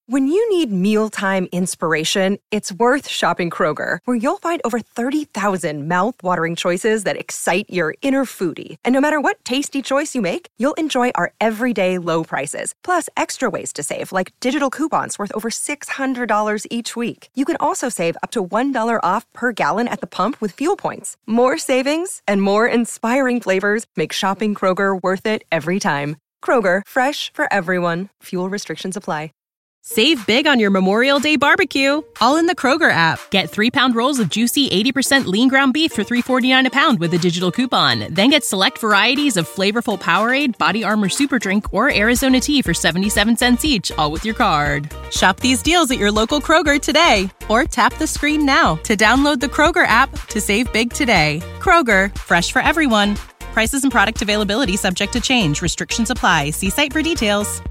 When you need mealtime inspiration, it's worth shopping Kroger, where you'll find over 30,000 mouth-watering choices that excite your inner foodie. And no matter what tasty choice you make, you'll enjoy our everyday low prices, plus extra ways to save, like digital coupons worth over $600 each week. You can also save up to $1 off per gallon at the pump with fuel points. More savings and more inspiring flavors make shopping Kroger worth it every time. Kroger, fresh for everyone. Fuel restrictions apply. Save big on your Memorial Day barbecue, all in the Kroger app. Get 3-pound rolls of juicy 80% lean ground beef for $3.49 a pound with a digital coupon. Then get select varieties of flavorful Powerade, Body Armor Super Drink, or Arizona tea for 77 cents each, all with your card. Shop these deals at your local Kroger today, or tap the screen now to download the Kroger app to save big today. Kroger, fresh for everyone. Prices and product availability subject to change. Restrictions apply. See site for details.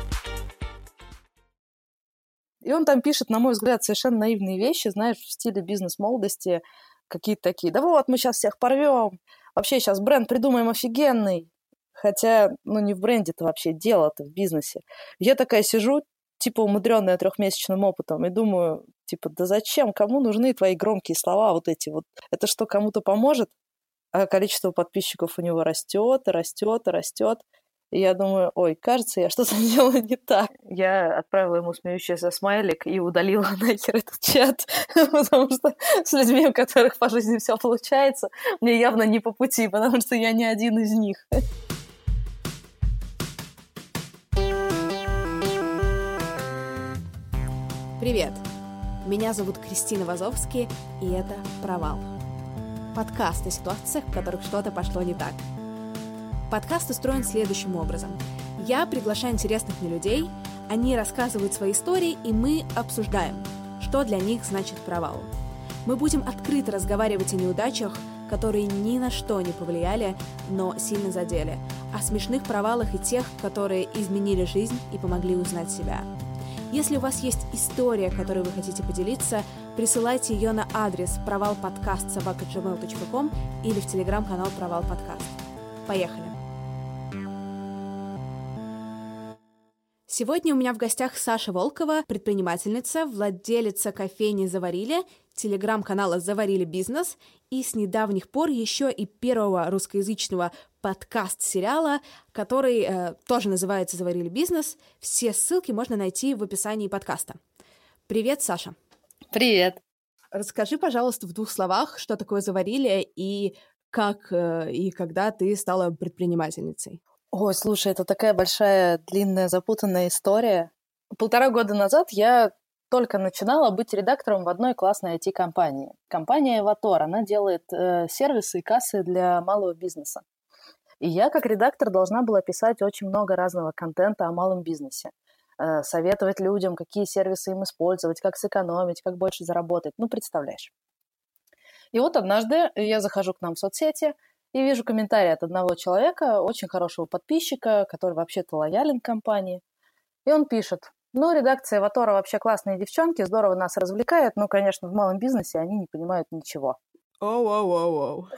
И он там пишет, на мой взгляд, совершенно наивные вещи, знаешь, в стиле бизнес-молодости, какие-то такие, да вот, мы сейчас всех порвем, вообще сейчас бренд придумаем офигенный. Хотя, не в бренде-то вообще, дело-то в бизнесе. Я такая сижу, типа умудренная 3-месячным опытом, и думаю, типа, да зачем, кому нужны твои громкие слова вот эти вот? Это что, кому-то поможет? А количество подписчиков у него растет и растет и растет. И я думаю, кажется, я что-то делаю не так. Я отправила ему смеющийся смайлик и удалила нахер этот чат, потому что с людьми, у которых по жизни все получается, мне явно не по пути, потому что я не один из них. Привет! Меня зовут Кристина Вазовски, и это «Провал». Подкаст о ситуациях, в которых что-то пошло не так. Подкаст устроен следующим образом. Я приглашаю интересных мне людей, они рассказывают свои истории, и мы обсуждаем, что для них значит провал. Мы будем открыто разговаривать о неудачах, которые ни на что не повлияли, но сильно задели, о смешных провалах и тех, которые изменили жизнь и помогли узнать себя. Если у вас есть история, которой вы хотите поделиться, присылайте ее на адрес провалподкаст@gmail.com или в телеграм-канал «Провал Подкаст». Поехали! Сегодня у меня в гостях Саша Волкова, предпринимательница, владелица кофейни «Заварили», телеграм-канала «Заварили бизнес» и с недавних пор еще и первого русскоязычного подкаст-сериала, который тоже называется «Заварили бизнес». Все ссылки можно найти в описании подкаста. Привет, Саша. Привет. Расскажи, пожалуйста, в 2 словах, что такое «Заварили» и как и когда ты стала предпринимательницей. Слушай, это такая большая, длинная, запутанная история. 1,5 года назад я только начинала быть редактором в одной классной IT-компании. Компания «Эватор», она делает сервисы и кассы для малого бизнеса. И я, как редактор, должна была писать очень много разного контента о малом бизнесе. Советовать людям, какие сервисы им использовать, как сэкономить, как больше заработать. Представляешь. И вот однажды я захожу к нам в соцсети и вижу комментарий от одного человека, очень хорошего подписчика, который вообще-то лоялен к компании. И он пишет: редакция «Эватора» вообще классные девчонки, здорово нас развлекает, но, конечно, в малом бизнесе они не понимают ничего. Оу.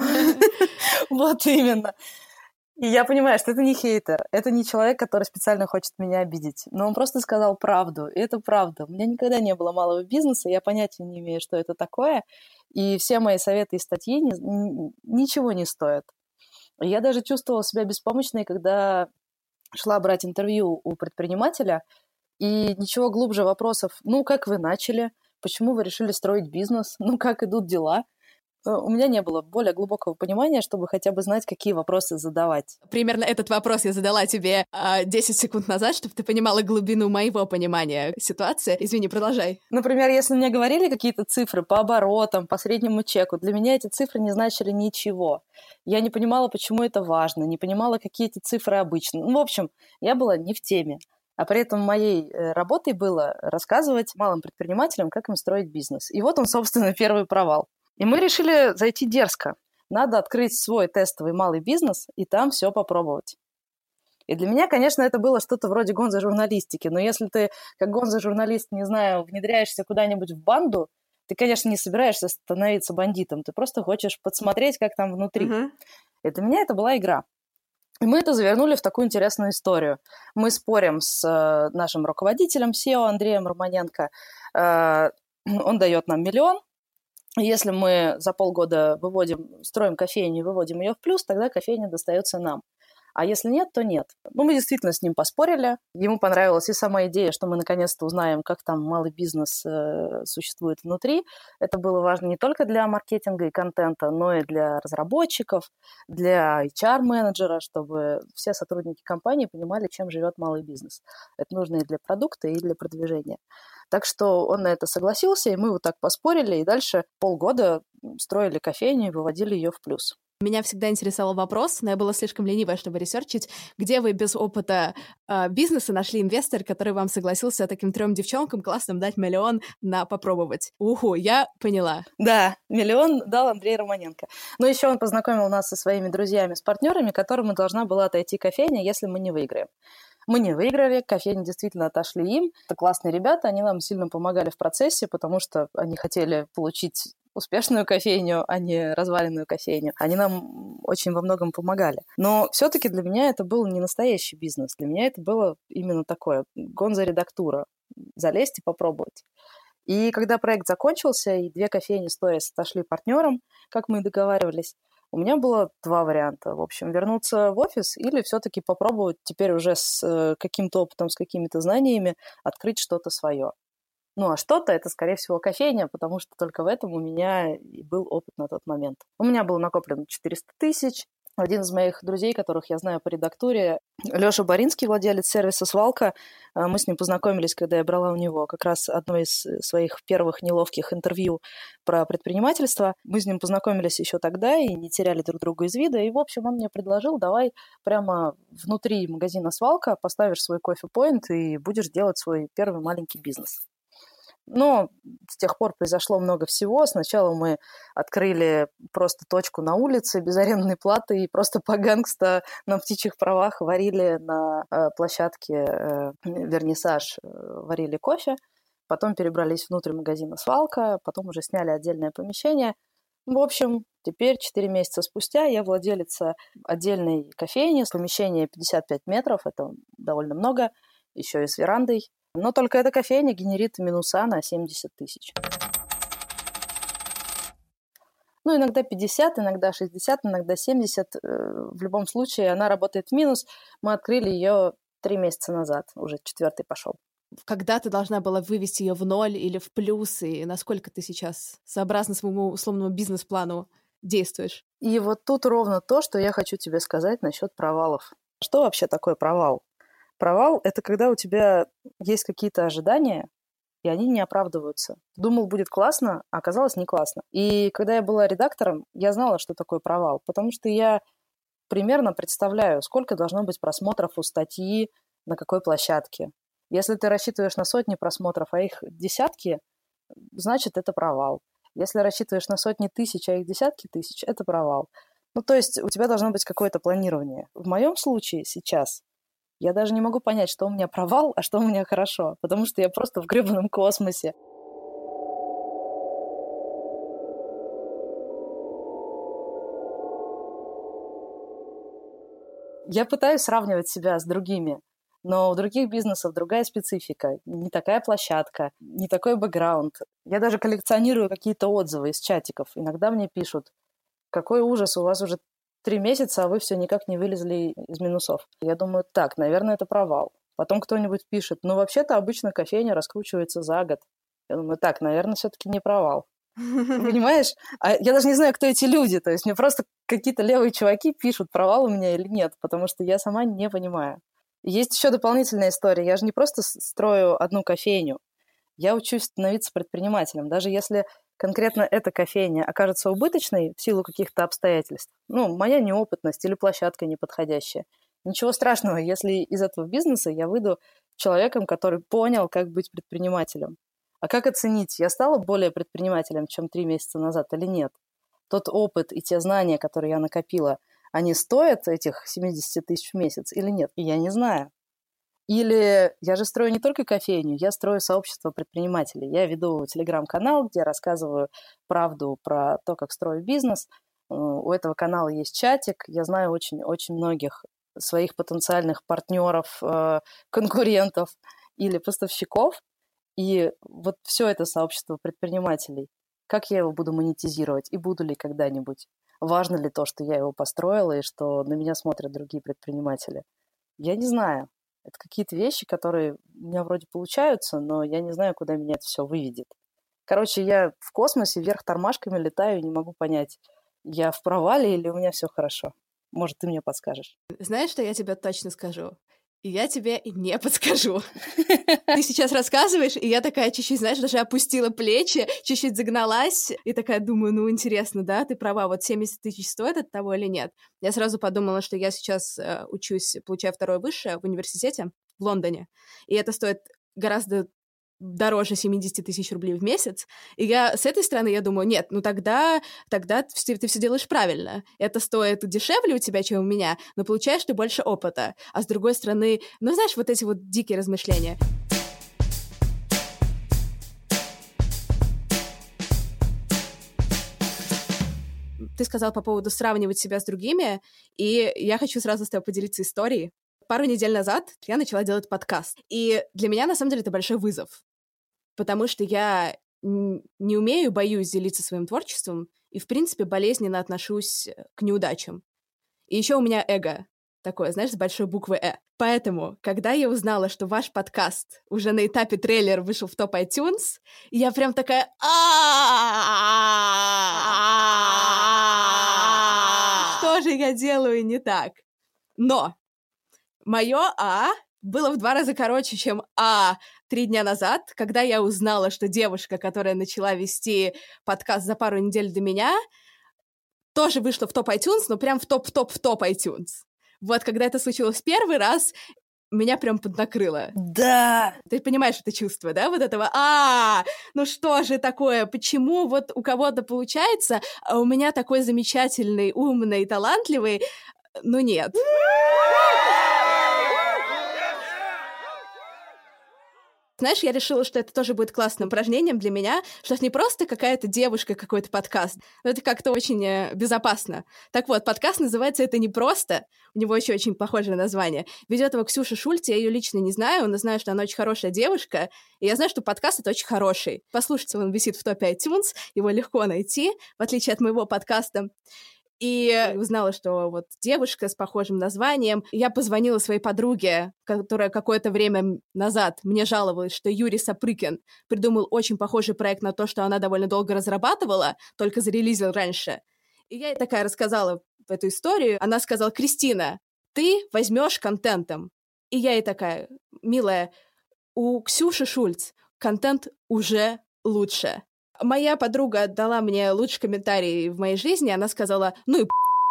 Вот именно. И я понимаю, что это не хейтер, это не человек, который специально хочет меня обидеть, но он просто сказал правду, и это правда. У меня никогда не было малого бизнеса, я понятия не имею, что это такое, и все мои советы и статьи ничего не стоят. Я даже чувствовала себя беспомощной, когда шла брать интервью у предпринимателя, и ничего глубже вопросов: как вы начали, почему вы решили строить бизнес, как идут дела. У меня не было более глубокого понимания, чтобы хотя бы знать, какие вопросы задавать. Примерно этот вопрос я задала тебе 10 секунд назад, чтобы ты понимала глубину моего понимания ситуации. Извини, продолжай. Например, если мне говорили какие-то цифры по оборотам, по среднему чеку, для меня эти цифры не значили ничего. Я не понимала, почему это важно, не понимала, какие эти цифры обычно. В общем, я была не в теме. А при этом моей работой было рассказывать малым предпринимателям, как им строить бизнес. И вот он, собственно, первый провал. И мы решили зайти дерзко. Надо открыть свой тестовый малый бизнес и там все попробовать. И для меня, конечно, это было что-то вроде гонзо-журналистики. Но если ты, как гонзо-журналист, не знаю, внедряешься куда-нибудь в банду, ты, конечно, не собираешься становиться бандитом. Ты просто хочешь подсмотреть, как там внутри. И для меня это была игра. И мы это завернули в такую интересную историю. Мы спорим с нашим руководителем SEO Андреем Романенко. Он дает нам 1 000 000. Если мы за полгода строим кофейню и выводим ее в плюс, тогда кофейня достается нам. А если нет, то нет. Мы действительно с ним поспорили. Ему понравилась и сама идея, что мы наконец-то узнаем, как там малый бизнес существует внутри. Это было важно не только для маркетинга и контента, но и для разработчиков, для HR-менеджера, чтобы все сотрудники компании понимали, чем живет малый бизнес. Это нужно и для продукта, и для продвижения. Так что он на это согласился, и мы вот так поспорили, и дальше полгода строили кофейню и выводили ее в плюс. Меня всегда интересовал вопрос, но я была слишком ленивая, чтобы ресерчить, где вы без опыта бизнеса нашли инвестора, который вам согласился таким 3 девчонкам классным дать 1 000 000 на попробовать. Я поняла. Да, 1 000 000 дал Андрей Романенко. Но еще он познакомил нас со своими друзьями, с партнерами, которым должна была отойти кофейня, если мы не выиграем. Мы не выиграли, кофейни действительно отошли им. Это классные ребята, они нам сильно помогали в процессе, потому что они хотели получить успешную кофейню, а не разваленную кофейню. Они нам очень во многом помогали. Но все-таки для меня это был не настоящий бизнес. Для меня это было именно такое гонза-редактура. Залезть и попробовать. И когда проект закончился, и 2 кофейни стоясь отошли партнерам, как мы и договаривались, у меня было 2 варианта. В общем, вернуться в офис или все-таки попробовать теперь уже с каким-то опытом, с какими-то знаниями открыть что-то свое. А что-то это, скорее всего, кофейня, потому что только в этом у меня и был опыт на тот момент. У меня было накоплено 400 000. Один из моих друзей, которых я знаю по редактуре, Лёша Боринский, владелец сервиса «Свалка», мы с ним познакомились, когда я брала у него как раз одно из своих первых неловких интервью про предпринимательство. Мы с ним познакомились еще тогда и не теряли друг друга из вида. И, в общем, он мне предложил, давай прямо внутри магазина «Свалка» поставишь свой кофе-поинт и будешь делать свой первый маленький бизнес. Но с тех пор произошло много всего. Сначала мы открыли просто точку на улице без арендной платы и просто по-гангста на птичьих правах варили на площадке вернисаж, варили кофе. Потом перебрались внутрь магазина «Свалка», потом уже сняли отдельное помещение. В общем, теперь 4 месяца спустя я владелица отдельной кофейни, помещение 55 метров, это довольно много, еще и с верандой. Но только эта кофейня генерит минуса на 70 000. Иногда 50, иногда 60, иногда 70. В любом случае, она работает в минус. Мы открыли ее 3 месяца назад, уже 4-й пошел. Когда ты должна была вывести ее в 0 или в плюс, и насколько ты сейчас сообразно своему условному бизнес-плану действуешь? И вот тут ровно то, что я хочу тебе сказать насчет провалов. Что вообще такое провал? Провал – это когда у тебя есть какие-то ожидания, и они не оправдываются. Думал, будет классно, а оказалось не классно. И когда я была редактором, я знала, что такое провал, потому что я примерно представляю, сколько должно быть просмотров у статьи, на какой площадке. Если ты рассчитываешь на сотни просмотров, а их десятки, значит, это провал. Если рассчитываешь на сотни тысяч, а их десятки тысяч, это провал. То есть у тебя должно быть какое-то планирование. В моем случае сейчас я даже не могу понять, что у меня провал, а что у меня хорошо, потому что я просто в гребаном космосе. Я пытаюсь сравнивать себя с другими, но у других бизнесов другая специфика, не такая площадка, не такой бэкграунд. Я даже коллекционирую какие-то отзывы из чатиков. Иногда мне пишут: какой ужас, у вас уже 3 месяца, а вы все никак не вылезли из минусов. Я думаю, так, наверное, это провал. Потом кто-нибудь пишет: вообще-то обычно кофейня раскручивается за год. Я думаю, так, наверное, все-таки не провал. Понимаешь? А я даже не знаю, кто эти люди. То есть мне просто какие-то левые чуваки пишут, провал у меня или нет, потому что я сама не понимаю. Есть еще дополнительная история. Я же не просто строю одну кофейню. Я учусь становиться предпринимателем. Даже если конкретно эта кофейня окажется убыточной в силу каких-то обстоятельств, моя неопытность или площадка неподходящая, ничего страшного, если из этого бизнеса я выйду человеком, который понял, как быть предпринимателем. А как оценить, я стала более предпринимателем, чем 3 месяца назад или нет? Тот опыт и те знания, которые я накопила, они стоят этих 70 000 в месяц или нет? И я не знаю. Или я же строю не только кофейню, я строю сообщество предпринимателей. Я веду телеграм-канал, где рассказываю правду про то, как строю бизнес. У этого канала есть чатик. Я знаю очень-очень многих своих потенциальных партнеров, конкурентов или поставщиков. И вот все это сообщество предпринимателей, как я его буду монетизировать и буду ли когда-нибудь? Важно ли то, что я его построила и что на меня смотрят другие предприниматели? Я не знаю. Это какие-то вещи, которые у меня вроде получаются, но я не знаю, куда меня это все выведет. Короче, я в космосе вверх тормашками летаю и не могу понять, я в провале или у меня все хорошо. Может, ты мне подскажешь? Знаешь, что я тебе точно скажу? И я тебе не подскажу. Ты сейчас рассказываешь, и я такая чуть-чуть, знаешь, даже опустила плечи, чуть-чуть загналась, и такая думаю, ну, интересно, да, ты права, вот 70 тысяч стоит от того или нет? Я сразу подумала, что я сейчас учусь, получаю второе высшее в университете в Лондоне, и это стоит гораздо дороже 70 тысяч рублей в месяц, и я с этой стороны, я думаю, нет, ну тогда ты все делаешь правильно. Это стоит дешевле у тебя, чем у меня, но получаешь ты больше опыта. А с другой стороны, ну знаешь, вот эти вот дикие размышления. Ты сказал по поводу сравнивать себя с другими, и я хочу сразу с тобой поделиться историей. Пару недель назад я начала делать подкаст, и для меня, на самом деле, это большой вызов, потому что я не умею, боюсь делиться своим творчеством и, в принципе, болезненно отношусь к неудачам. И еще у меня эго такое, знаешь, с большой буквы «Э». Поэтому, когда я узнала, что ваш подкаст уже на этапе трейлера вышел в топ iTunes, я прям такая что же я делаю не так? Но мое было в 2 раза короче, чем 3 дня назад, когда я узнала, что девушка, которая начала вести подкаст за пару недель до меня, тоже вышла в топ iTunes, но прям в топ iTunes. Вот, когда это случилось первый раз, меня прям поднакрыло. Да! Ты понимаешь это чувство, да? Вот этого, ну что же такое? Почему вот у кого-то получается, а у меня такой замечательный, умный, талантливый, ну нет. Знаешь, я решила, что это тоже будет классным упражнением для меня, что это не просто какая-то девушка, какой-то подкаст, но это как-то очень безопасно. Так вот, подкаст называется «Это не просто», у него еще очень похожее название. Ведет его Ксюша Шульц, я ее лично не знаю, но знаю, что она очень хорошая девушка, и я знаю, что подкаст это очень хороший. Послушайте, он висит в топе iTunes, его легко найти, в отличие от моего подкаста. И узнала, что вот девушка с похожим названием. Я позвонила своей подруге, которая какое-то время назад мне жаловалась, что Юрий Сапрыкин придумал очень похожий проект на то, что она довольно долго разрабатывала, только зарелизил раньше. И я ей такая рассказала эту историю. Она сказала: «Кристина, ты возьмешь контентом». И я ей такая: «Милая, у Ксюши Шульц контент уже лучше». Моя подруга дала мне лучший комментарий в моей жизни. Она сказала: «Ну и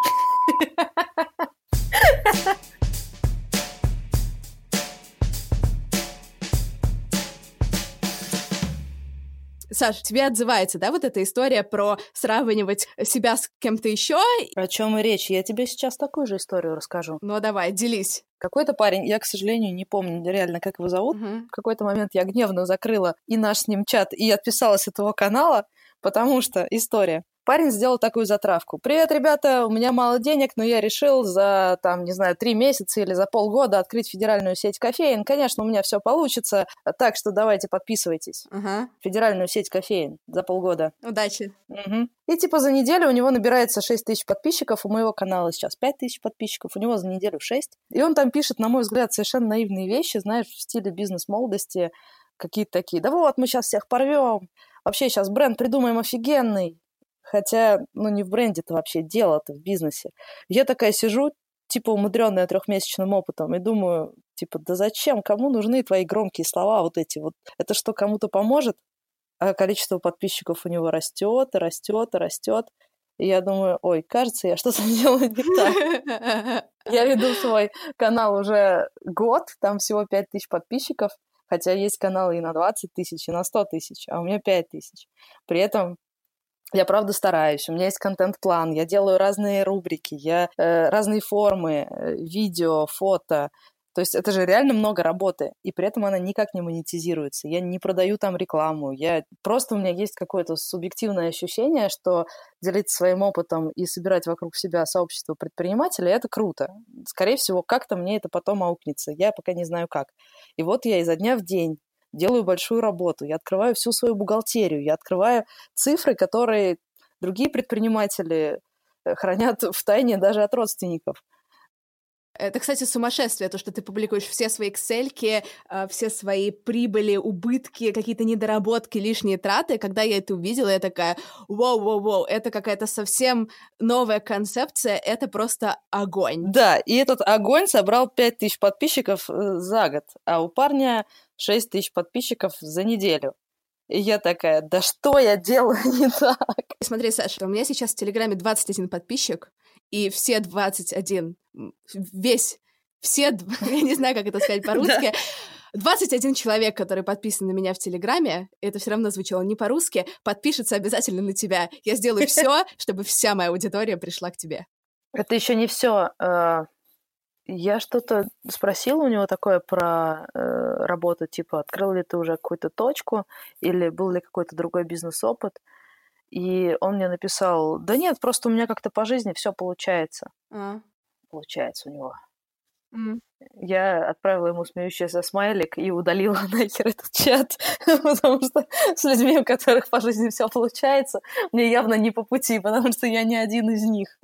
Саш, тебе отзывается, да, вот эта история про сравнивать себя с кем-то еще? О чем и речь? Я тебе сейчас такую же историю расскажу. Ну, давай, делись. Какой-то парень, я, к сожалению, не помню реально, как его зовут. В какой-то момент я гневно закрыла и наш с ним чат, и отписалась от его канала, потому что история. Парень сделал такую затравку. «Привет, ребята, у меня мало денег, но я решил за, 3 месяца или за полгода открыть федеральную сеть кофеен. Конечно, у меня все получится, так что давайте подписывайтесь». Федеральную сеть кофеен за полгода. Удачи. И за неделю у него набирается 6 тысяч подписчиков, у моего канала сейчас 5 тысяч подписчиков, у него за неделю 6. И он там пишет, на мой взгляд, совершенно наивные вещи, знаешь, в стиле бизнес-молодости, какие-то такие: «Да вот, мы сейчас всех порвем, вообще сейчас бренд придумаем офигенный». Хотя, не в бренде-то вообще дело-то, в бизнесе. Я такая сижу, умудренная 3-месячным опытом, и думаю, да зачем, кому нужны твои громкие слова вот эти вот? Это что, кому-то поможет? А количество подписчиков у него растет, и растет, и растет. И я думаю, ой, кажется, я что-то делаю не так. Я веду свой канал уже год, там всего 5 тысяч подписчиков, хотя есть каналы и на 20 тысяч, и на 100 тысяч, а у меня 5 тысяч. При этом я правда стараюсь, у меня есть контент-план, я делаю разные рубрики, разные формы, видео, фото. То есть это же реально много работы, и при этом она никак не монетизируется. Я не продаю там рекламу, просто у меня есть какое-то субъективное ощущение, что делиться своим опытом и собирать вокруг себя сообщество предпринимателей — это круто. Скорее всего, как-то мне это потом аукнется. Я пока не знаю как. И вот я изо дня в день делаю большую работу, я открываю всю свою бухгалтерию, я открываю цифры, которые другие предприниматели хранят в тайне даже от родственников. Это, кстати, сумасшествие, то, что ты публикуешь все свои эксельки, все свои прибыли, убытки, какие-то недоработки, лишние траты. Когда я это увидела, я такая: воу-воу-воу, это какая-то совсем новая концепция, это просто огонь. Да, и этот огонь собрал 5000 подписчиков за год, а у парня 6000 подписчиков за неделю. И я такая: да что я делаю не так? Смотри, Саша, у меня сейчас в Телеграме 21 подписчик, и все 21, я не знаю, как это сказать по-русски, 21 человек, который подписан на меня в Телеграме, это все равно звучало не по-русски, подпишется обязательно на тебя. Я сделаю все, чтобы вся моя аудитория пришла к тебе. Это еще не все. Я что-то спросила у него такое про работу, типа, открыл ли ты уже какую-то точку или был ли какой-то другой бизнес-опыт. И он мне написал: да нет, просто у меня как-то по жизни все получается. Получается у него. Я отправила ему смеющийся смайлик и удалила нахер этот чат, потому что с людьми, у которых по жизни все получается, мне явно не по пути, потому что я не один из них.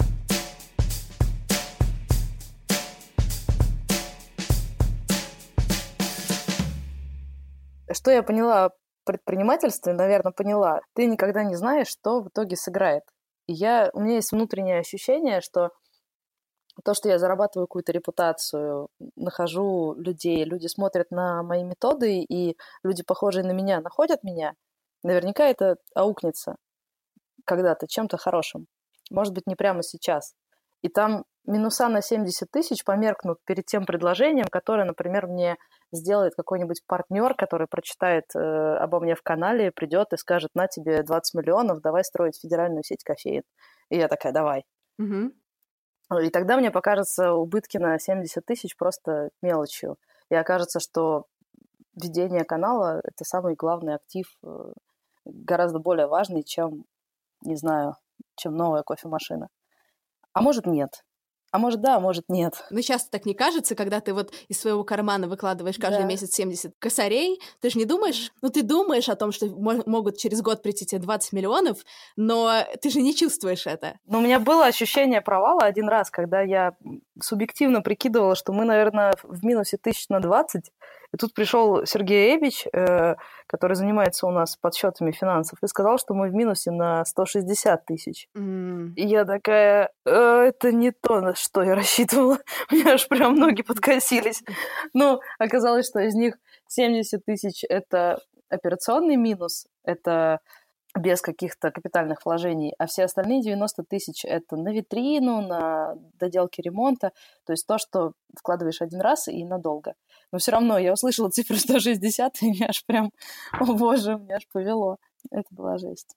Что я поняла о предпринимательстве, наверное, поняла. Ты никогда не знаешь, что в итоге сыграет. И у меня есть внутреннее ощущение, что то, что я зарабатываю какую-то репутацию, нахожу людей, люди смотрят на мои методы, и люди, похожие на меня, находят меня, наверняка это аукнется когда-то чем-то хорошим. Может быть, не прямо сейчас. И там минуса на 70 тысяч померкнут перед тем предложением, которое, например, мне сделает какой-нибудь партнер, который прочитает обо мне в канале, придет и скажет: на тебе 20 миллионов, давай строить федеральную сеть кофеин. И я такая: давай. И тогда мне покажется убытки на 70 тысяч просто мелочью. И окажется, что ведение канала — это самый главный актив, гораздо более важный, чем, не знаю, чем новая кофемашина. А может, нет. А может, да, а может, нет. Ну, часто так не кажется, когда ты вот из своего кармана выкладываешь каждый месяц 70 косарей. Ты же не думаешь? Ну, ты думаешь о том, что могут через год прийти тебе 20 миллионов, но ты же не чувствуешь это. Но у меня было ощущение провала один раз, когда я субъективно прикидывала, что мы, наверное, в минусе 1020. И тут пришел Сергей Эбич, который занимается у нас подсчетами финансов, и сказал, что мы в минусе на 160 тысяч. И я такая: это не то, на что я рассчитывала. У меня аж прям ноги подкосились. Ну, оказалось, что из них 70 тысяч – это операционный минус, это без каких-то капитальных вложений, а все остальные 90 тысяч – это на витрину, на доделки ремонта, то есть то, что вкладываешь один раз и надолго. Но все равно я услышала цифру 160, и меня аж прям, о боже, меня аж повело. Это была жесть.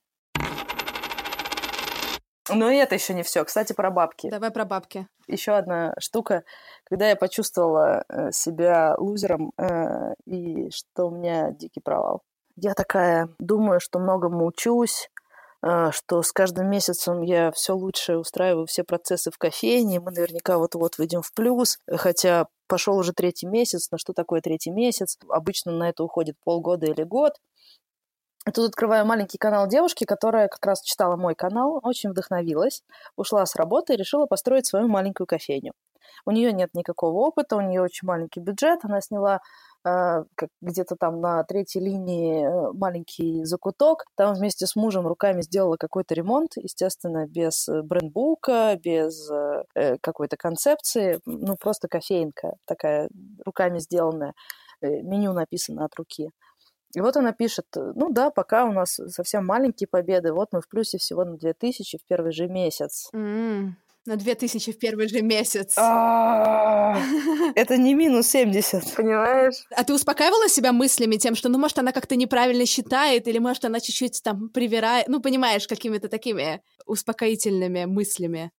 Но и это еще не все. Кстати, про бабки. Давай про бабки. Еще одна штука. Когда я почувствовала себя лузером и что у меня дикий провал. Я такая думаю, что многому учусь, что с каждым месяцем я все лучше устраиваю все процессы в кофейне, мы наверняка вот-вот выйдем в плюс, хотя пошел уже 3-й месяц. Но что такое 3-й месяц? Обычно на это уходит полгода или год. И тут открываю маленький канал девушки, которая как раз читала мой канал, очень вдохновилась, ушла с работы и решила построить свою маленькую кофейню. У нее нет никакого опыта, у нее очень маленький бюджет, она сняла где-то там на 3-й линии маленький закуток, там вместе с мужем руками сделала какой-то ремонт, естественно, без брендбука, без какой-то концепции, ну просто кофейнка такая руками сделанная, меню написано от руки. И вот она пишет: ну да, пока у нас совсем маленькие победы, вот мы в плюсе всего на 2000 в первый же месяц. На 2000 в первый же месяц. Это не минус 70, понимаешь? А ты успокаивала себя мыслями тем, что, ну, может, она как-то неправильно считает, или, может, она чуть-чуть там привирает, ну, понимаешь, какими-то такими успокоительными мыслями?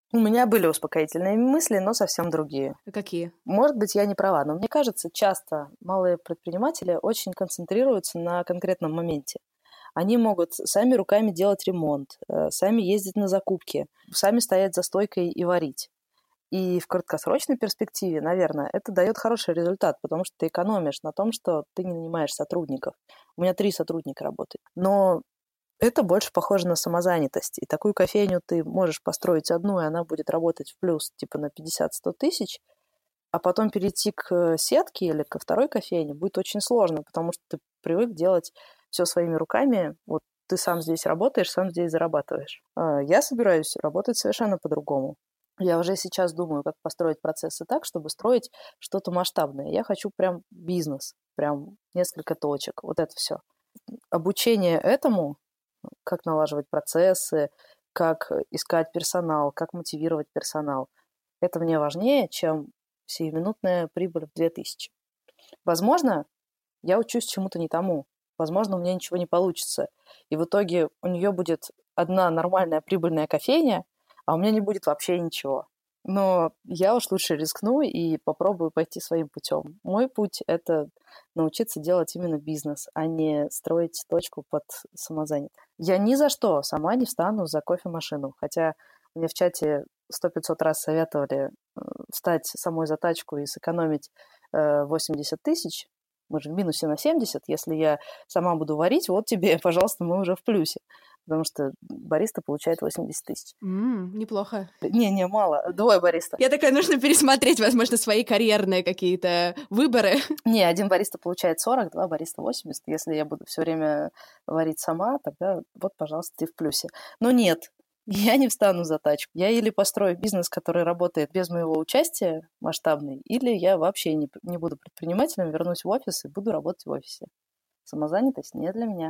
У меня были успокоительные мысли, но совсем другие. Какие? Может быть, я не права, но мне кажется, часто малые предприниматели очень концентрируются на конкретном моменте. Они могут сами руками делать ремонт, сами ездить на закупки, сами стоять за стойкой и варить. И в краткосрочной перспективе, наверное, это дает хороший результат, потому что ты экономишь на том, что ты не нанимаешь сотрудников. У меня 3 сотрудника работают. Но это больше похоже на самозанятость. И такую кофейню ты можешь построить одну, и она будет работать в плюс типа на 50-100 тысяч, а потом перейти к сетке или ко второй кофейне будет очень сложно, потому что ты привык делать все своими руками. Вот ты сам здесь работаешь, сам здесь зарабатываешь. Я собираюсь работать совершенно по-другому. Я уже сейчас думаю, как построить процессы так, чтобы строить что-то масштабное. Я хочу прям бизнес, прям несколько точек, вот это все. Обучение этому, как налаживать процессы, как искать персонал, как мотивировать персонал, это мне важнее, чем сиюминутная прибыль в 2000. Возможно, я учусь чему-то не тому. Возможно, у меня ничего не получится. И в итоге у нее будет одна нормальная прибыльная кофейня, а у меня не будет вообще ничего. Но я уж лучше рискну и попробую пойти своим путем. Мой путь – это научиться делать именно бизнес, а не строить точку под самозанятых. Я ни за что сама не встану за кофемашину, хотя мне в чате 100-500 раз советовали встать самой за тачку и сэкономить 80 тысяч. Мы же в минусе на 70. Если я сама буду варить, вот тебе, пожалуйста, мы уже в плюсе. Потому что бариста получает 80 тысяч. Неплохо. Не, мало. 2 бариста. Я такая, нужно пересмотреть, возможно, свои карьерные какие-то выборы. Не, 1 бариста получает 40, 2 бариста 80. Если я буду все время варить сама, тогда вот, пожалуйста, ты в плюсе. Но нет, я не встану за тачку. Я или построю бизнес, который работает без моего участия, масштабный, или я вообще не буду предпринимателем, вернусь в офис и буду работать в офисе. Самозанятость не для меня.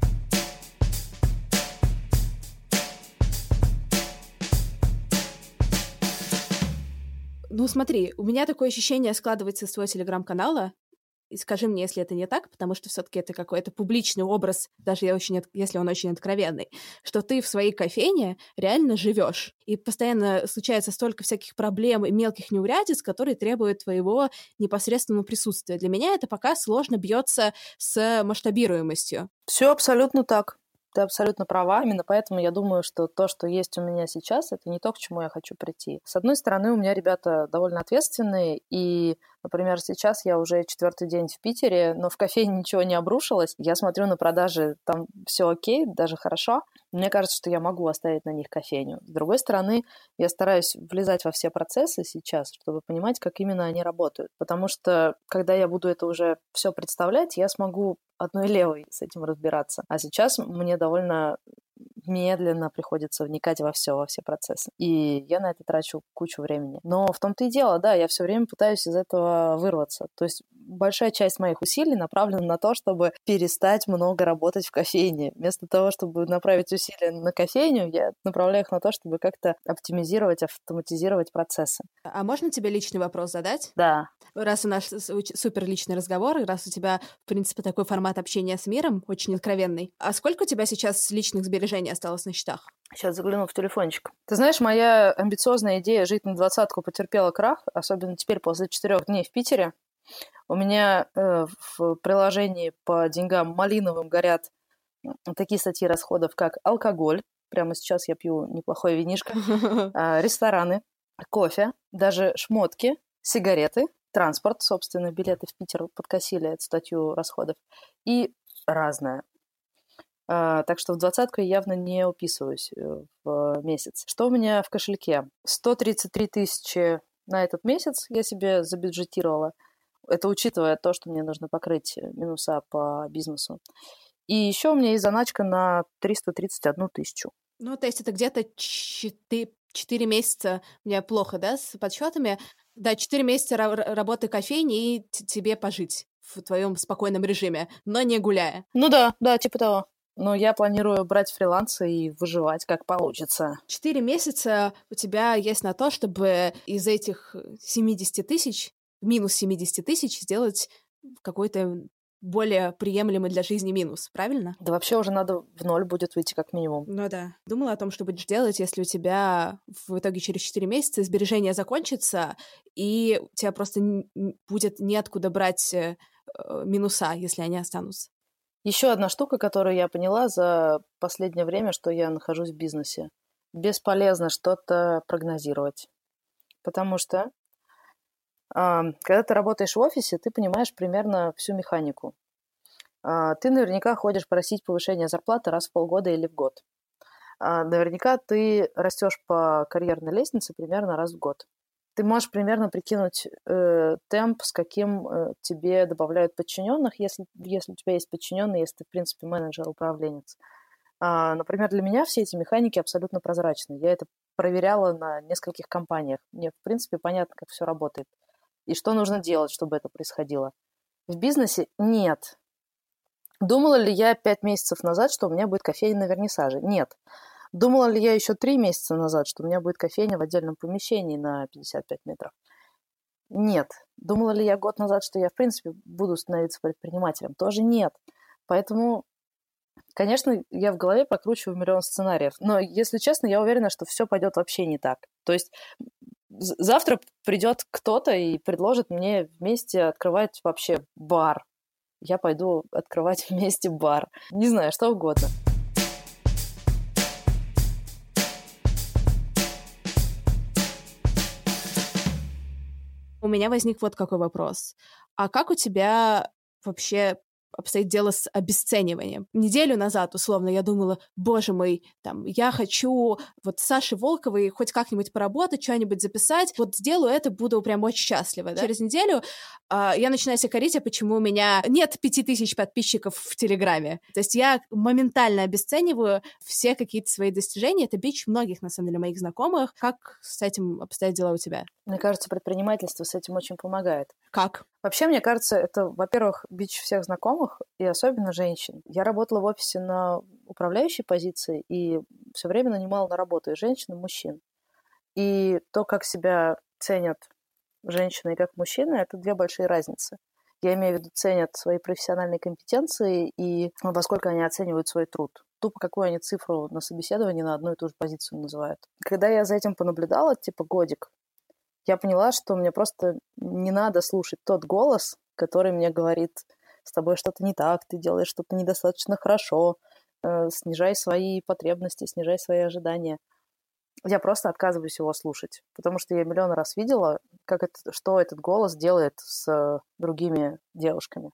Ну, смотри, у меня такое ощущение складывается из твоего телеграм-канала, и скажи мне, если это не так, потому что все-таки это какой-то публичный образ, даже если он очень откровенный, что ты в своей кофейне реально живешь, и постоянно случается столько всяких проблем и мелких неурядиц, которые требуют твоего непосредственного присутствия. Для меня это пока сложно бьется с масштабируемостью. Все абсолютно так. Ты абсолютно права. Именно поэтому я думаю, что то, что есть у меня сейчас, это не то, к чему я хочу прийти. С одной стороны, у меня ребята довольно ответственные, и, например, сейчас я уже 4-й день в Питере, но в кофейне ничего не обрушилось. Я смотрю на продажи, там все окей, даже хорошо. Мне кажется, что я могу оставить на них кофейню. С другой стороны, я стараюсь влезать во все процессы сейчас, чтобы понимать, как именно они работают. Потому что, когда я буду это уже все представлять, я смогу одной левой с этим разбираться. А сейчас мне довольно медленно приходится вникать во все процессы. И я на это трачу кучу времени. Но в том-то и дело, да, я все время пытаюсь из этого вырваться. То есть большая часть моих усилий направлена на то, чтобы перестать много работать в кофейне. Вместо того, чтобы направить усилия на кофейню, я направляю их на то, чтобы как-то оптимизировать, автоматизировать процессы. А можно тебе личный вопрос задать? Да. Раз у нас супер личный разговор, и раз у тебя, в принципе, такой формат общения с миром, очень откровенный, а сколько у тебя сейчас личных сбережений осталось на счетах? Сейчас загляну в телефончик. Ты знаешь, моя амбициозная идея жить на 20-ку потерпела крах, особенно теперь после 4 дней в Питере. У меня в приложении по деньгам малиновым горят такие статьи расходов, как алкоголь. Прямо сейчас я пью неплохое винишко. Рестораны, кофе, даже шмотки, сигареты, транспорт, собственно, билеты в Питер подкосили эту статью расходов. И разное. Так что в 20-ку я явно не уписываюсь в месяц. Что у меня в кошельке? 133 тысячи на этот месяц я себе забюджетировала. Это учитывая то, что мне нужно покрыть минуса по бизнесу. И еще у меня есть заначка на 331 тысячу. Ну, то есть это где-то 4 месяца, у меня плохо, да, с подсчетами. Да, 4 месяца работы кофейни и тебе пожить в твоем спокойном режиме, но не гуляя. Ну да, типа того. Но я планирую брать фрилансы и выживать, как получится. 4 месяца у тебя есть на то, чтобы из этих 70 тысяч, минус 70 тысяч, сделать какой-то более приемлемый для жизни минус, правильно? Да вообще уже надо в ноль будет выйти как минимум. Ну да. Думала о том, что будешь делать, если у тебя в итоге через 4 месяца сбережения закончатся, и у тебя просто будет неоткуда брать минуса, если они останутся. Еще одна штука, которую я поняла за последнее время, что я нахожусь в бизнесе. Бесполезно что-то прогнозировать. Потому что когда ты работаешь в офисе, ты понимаешь примерно всю механику. Ты наверняка ходишь просить повышения зарплаты раз в полгода или в год. Наверняка ты растешь по карьерной лестнице примерно раз в год. Ты можешь примерно прикинуть темп, с каким тебе добавляют подчиненных, если у тебя есть подчиненные, если ты, в принципе, менеджер, управленец. Например, для меня все эти механики абсолютно прозрачны. Я это проверяла на нескольких компаниях. Мне, в принципе, понятно, как все работает. И что нужно делать, чтобы это происходило. В бизнесе нет. Думала ли я 5 месяцев назад, что у меня будет кофейня на вернисаже? Нет. Думала ли я еще 3 месяца назад, что у меня будет кофейня в отдельном помещении на 55 метров? Нет. Думала ли я год назад, что я, в принципе, буду становиться предпринимателем? Тоже нет. Поэтому, конечно, я в голове прокручиваю миллион сценариев. Но, если честно, я уверена, что все пойдет вообще не так. То есть завтра придет кто-то и предложит мне вместе открывать вообще бар. Я пойду открывать вместе бар. Не знаю, что угодно. У меня возник вот какой вопрос. А как у тебя вообще обстоит дело с обесцениванием? Неделю назад, условно, я думала, боже мой, там, я хочу вот с Сашей Волковой хоть как-нибудь поработать, что-нибудь записать, вот сделаю это, буду прям очень счастлива. Да? Через неделю я начинаю себя корить, почему у меня нет 5000 подписчиков в Телеграме. То есть я моментально обесцениваю все какие-то свои достижения. Это бич многих, на самом деле, моих знакомых. Как с этим обстоят дела у тебя? Мне кажется, предпринимательство с этим очень помогает. Как? Вообще, мне кажется, это, во-первых, бич всех знакомых, и особенно женщин. Я работала в офисе на управляющей позиции и все время нанимала на работу и женщин, и мужчин. И то, как себя ценят женщины и как мужчины, это две большие разницы. Я имею в виду, ценят свои профессиональные компетенции и во сколько они оценивают свой труд. Тупо какую они цифру на собеседовании на одну и ту же позицию называют. Когда я за этим понаблюдала, типа годик, я поняла, что мне просто не надо слушать тот голос, который мне говорит, с тобой что-то не так, ты делаешь что-то недостаточно хорошо, снижай свои потребности, снижай свои ожидания. Я просто отказываюсь его слушать, потому что я миллион раз видела, что этот голос делает с другими девушками.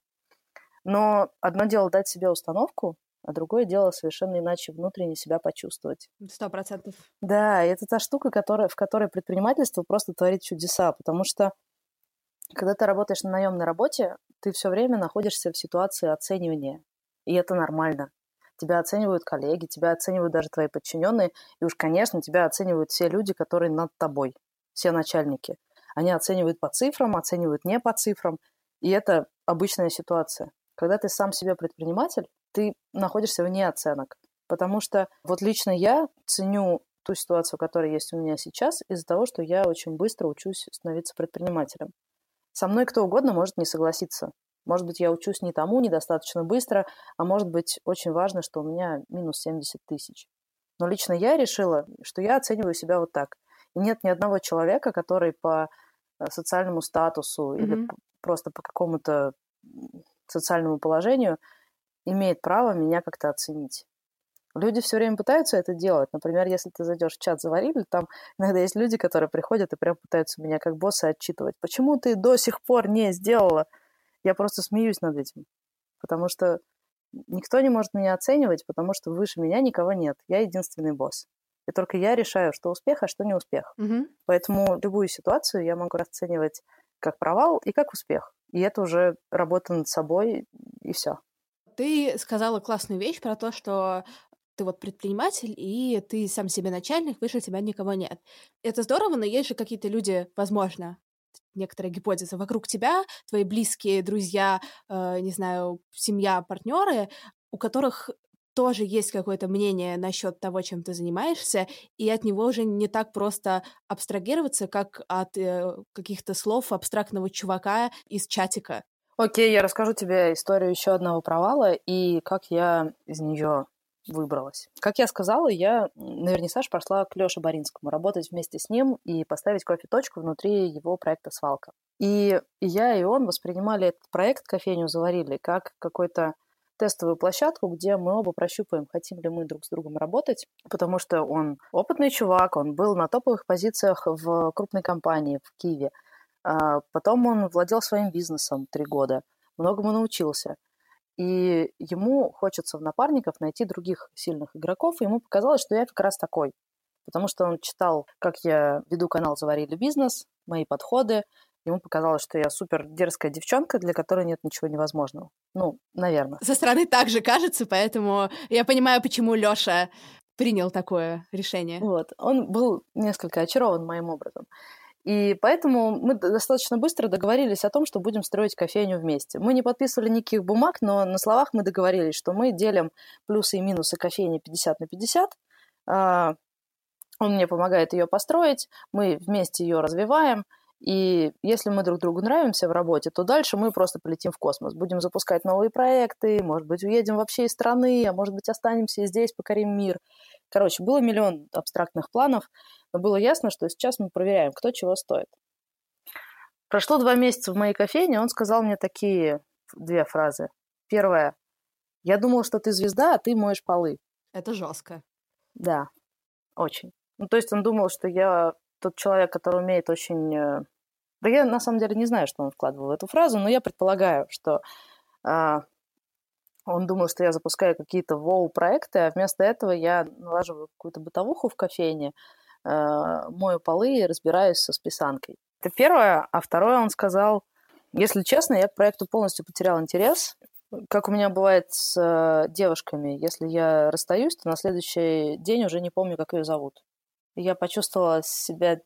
Но одно дело дать себе установку, а другое дело совершенно иначе внутренне себя почувствовать. 100%. Да, и это та штука, в которой предпринимательство просто творит чудеса, потому что когда ты работаешь на наемной работе, ты все время находишься в ситуации оценивания, и это нормально. Тебя оценивают коллеги, тебя оценивают даже твои подчиненные, и уж, конечно, тебя оценивают все люди, которые над тобой, все начальники. Они оценивают по цифрам, оценивают не по цифрам, и это обычная ситуация. Когда ты сам себе предприниматель, ты находишься вне оценок, потому что вот лично я ценю ту ситуацию, которая есть у меня сейчас, из-за того, что я очень быстро учусь становиться предпринимателем. Со мной кто угодно может не согласиться. Может быть, я учусь не тому, недостаточно быстро, а может быть, очень важно, что у меня минус 70 тысяч. Но лично я решила, что я оцениваю себя вот так. И нет ни одного человека, который по социальному статусу или просто по какому-то социальному положению имеет право меня как-то оценить. Люди все время пытаются это делать. Например, если ты зайдешь в чат «Заварили», там иногда есть люди, которые приходят и прям пытаются меня как босса отчитывать. Почему ты до сих пор не сделала? Я просто смеюсь над этим. Потому что никто не может меня оценивать, потому что выше меня никого нет. Я единственный босс. И только я решаю, что успех, а что не успех. Поэтому любую ситуацию я могу расценивать как провал и как успех. И это уже работа над собой, и все. Ты сказала классную вещь про то, что ты вот предприниматель, и ты сам себе начальник, выше тебя никого нет. Это здорово, но есть же какие-то люди, возможно, некоторая гипотеза, вокруг тебя, твои близкие, друзья, не знаю, семья, партнеры, у которых тоже есть какое-то мнение насчет того, чем ты занимаешься, и от него уже не так просто абстрагироваться, как от каких-то слов абстрактного чувака из чатика. Окей, я расскажу тебе историю еще одного провала и как я из нее выбралась. Как я сказала, я на вернисаж пошла к Лёше Боринскому, работать вместе с ним и поставить кофе-точку внутри его проекта «Свалка». И я, и он воспринимали этот проект «Кофейню заварили» как какой-то тестовую площадку, где мы оба прощупаем, хотим ли мы друг с другом работать, потому что он опытный чувак, он был на топовых позициях в крупной компании в Киеве. Потом он владел своим бизнесом 3 года, многому научился. И ему хочется в напарников найти других сильных игроков, и ему показалось, что я как раз такой. Потому что он читал, как я веду канал «Заварили бизнес», мои подходы. Ему показалось, что я супер дерзкая девчонка, для которой нет ничего невозможного. Ну, наверное. Со стороны так же кажется, поэтому я понимаю, почему Лёша принял такое решение. Вот. Он был несколько очарован моим образом. И поэтому мы достаточно быстро договорились о том, что будем строить кофейню вместе. Мы не подписывали никаких бумаг, но на словах мы договорились, что мы делим плюсы и минусы кофейни 50/50. Он мне помогает ее построить, мы вместе ее развиваем. И если мы друг другу нравимся в работе, то дальше мы просто полетим в космос. Будем запускать новые проекты, может быть, уедем вообще из страны, а может быть, останемся здесь, покорим мир. Короче, было миллион абстрактных планов, но было ясно, что сейчас мы проверяем, кто чего стоит. Прошло 2 месяца в моей кофейне, он сказал мне такие 2 фразы. Первая. Я думал, что ты звезда, а ты моешь полы. Это жестко. Да, очень. Ну, то есть он думал, что я тот человек, который умеет очень... Да я на самом деле не знаю, что он вкладывал в эту фразу, но я предполагаю, что он думал, что я запускаю какие-то воу-проекты, а вместо этого я налаживаю какую-то бытовуху в кофейне, мою полы и разбираюсь со списанкой. Это первое. А второе, он сказал, если честно, я к проекту полностью потерял интерес. Как у меня бывает с девушками, если я расстаюсь, то на следующий день уже не помню, как ее зовут. И я почувствовала себя,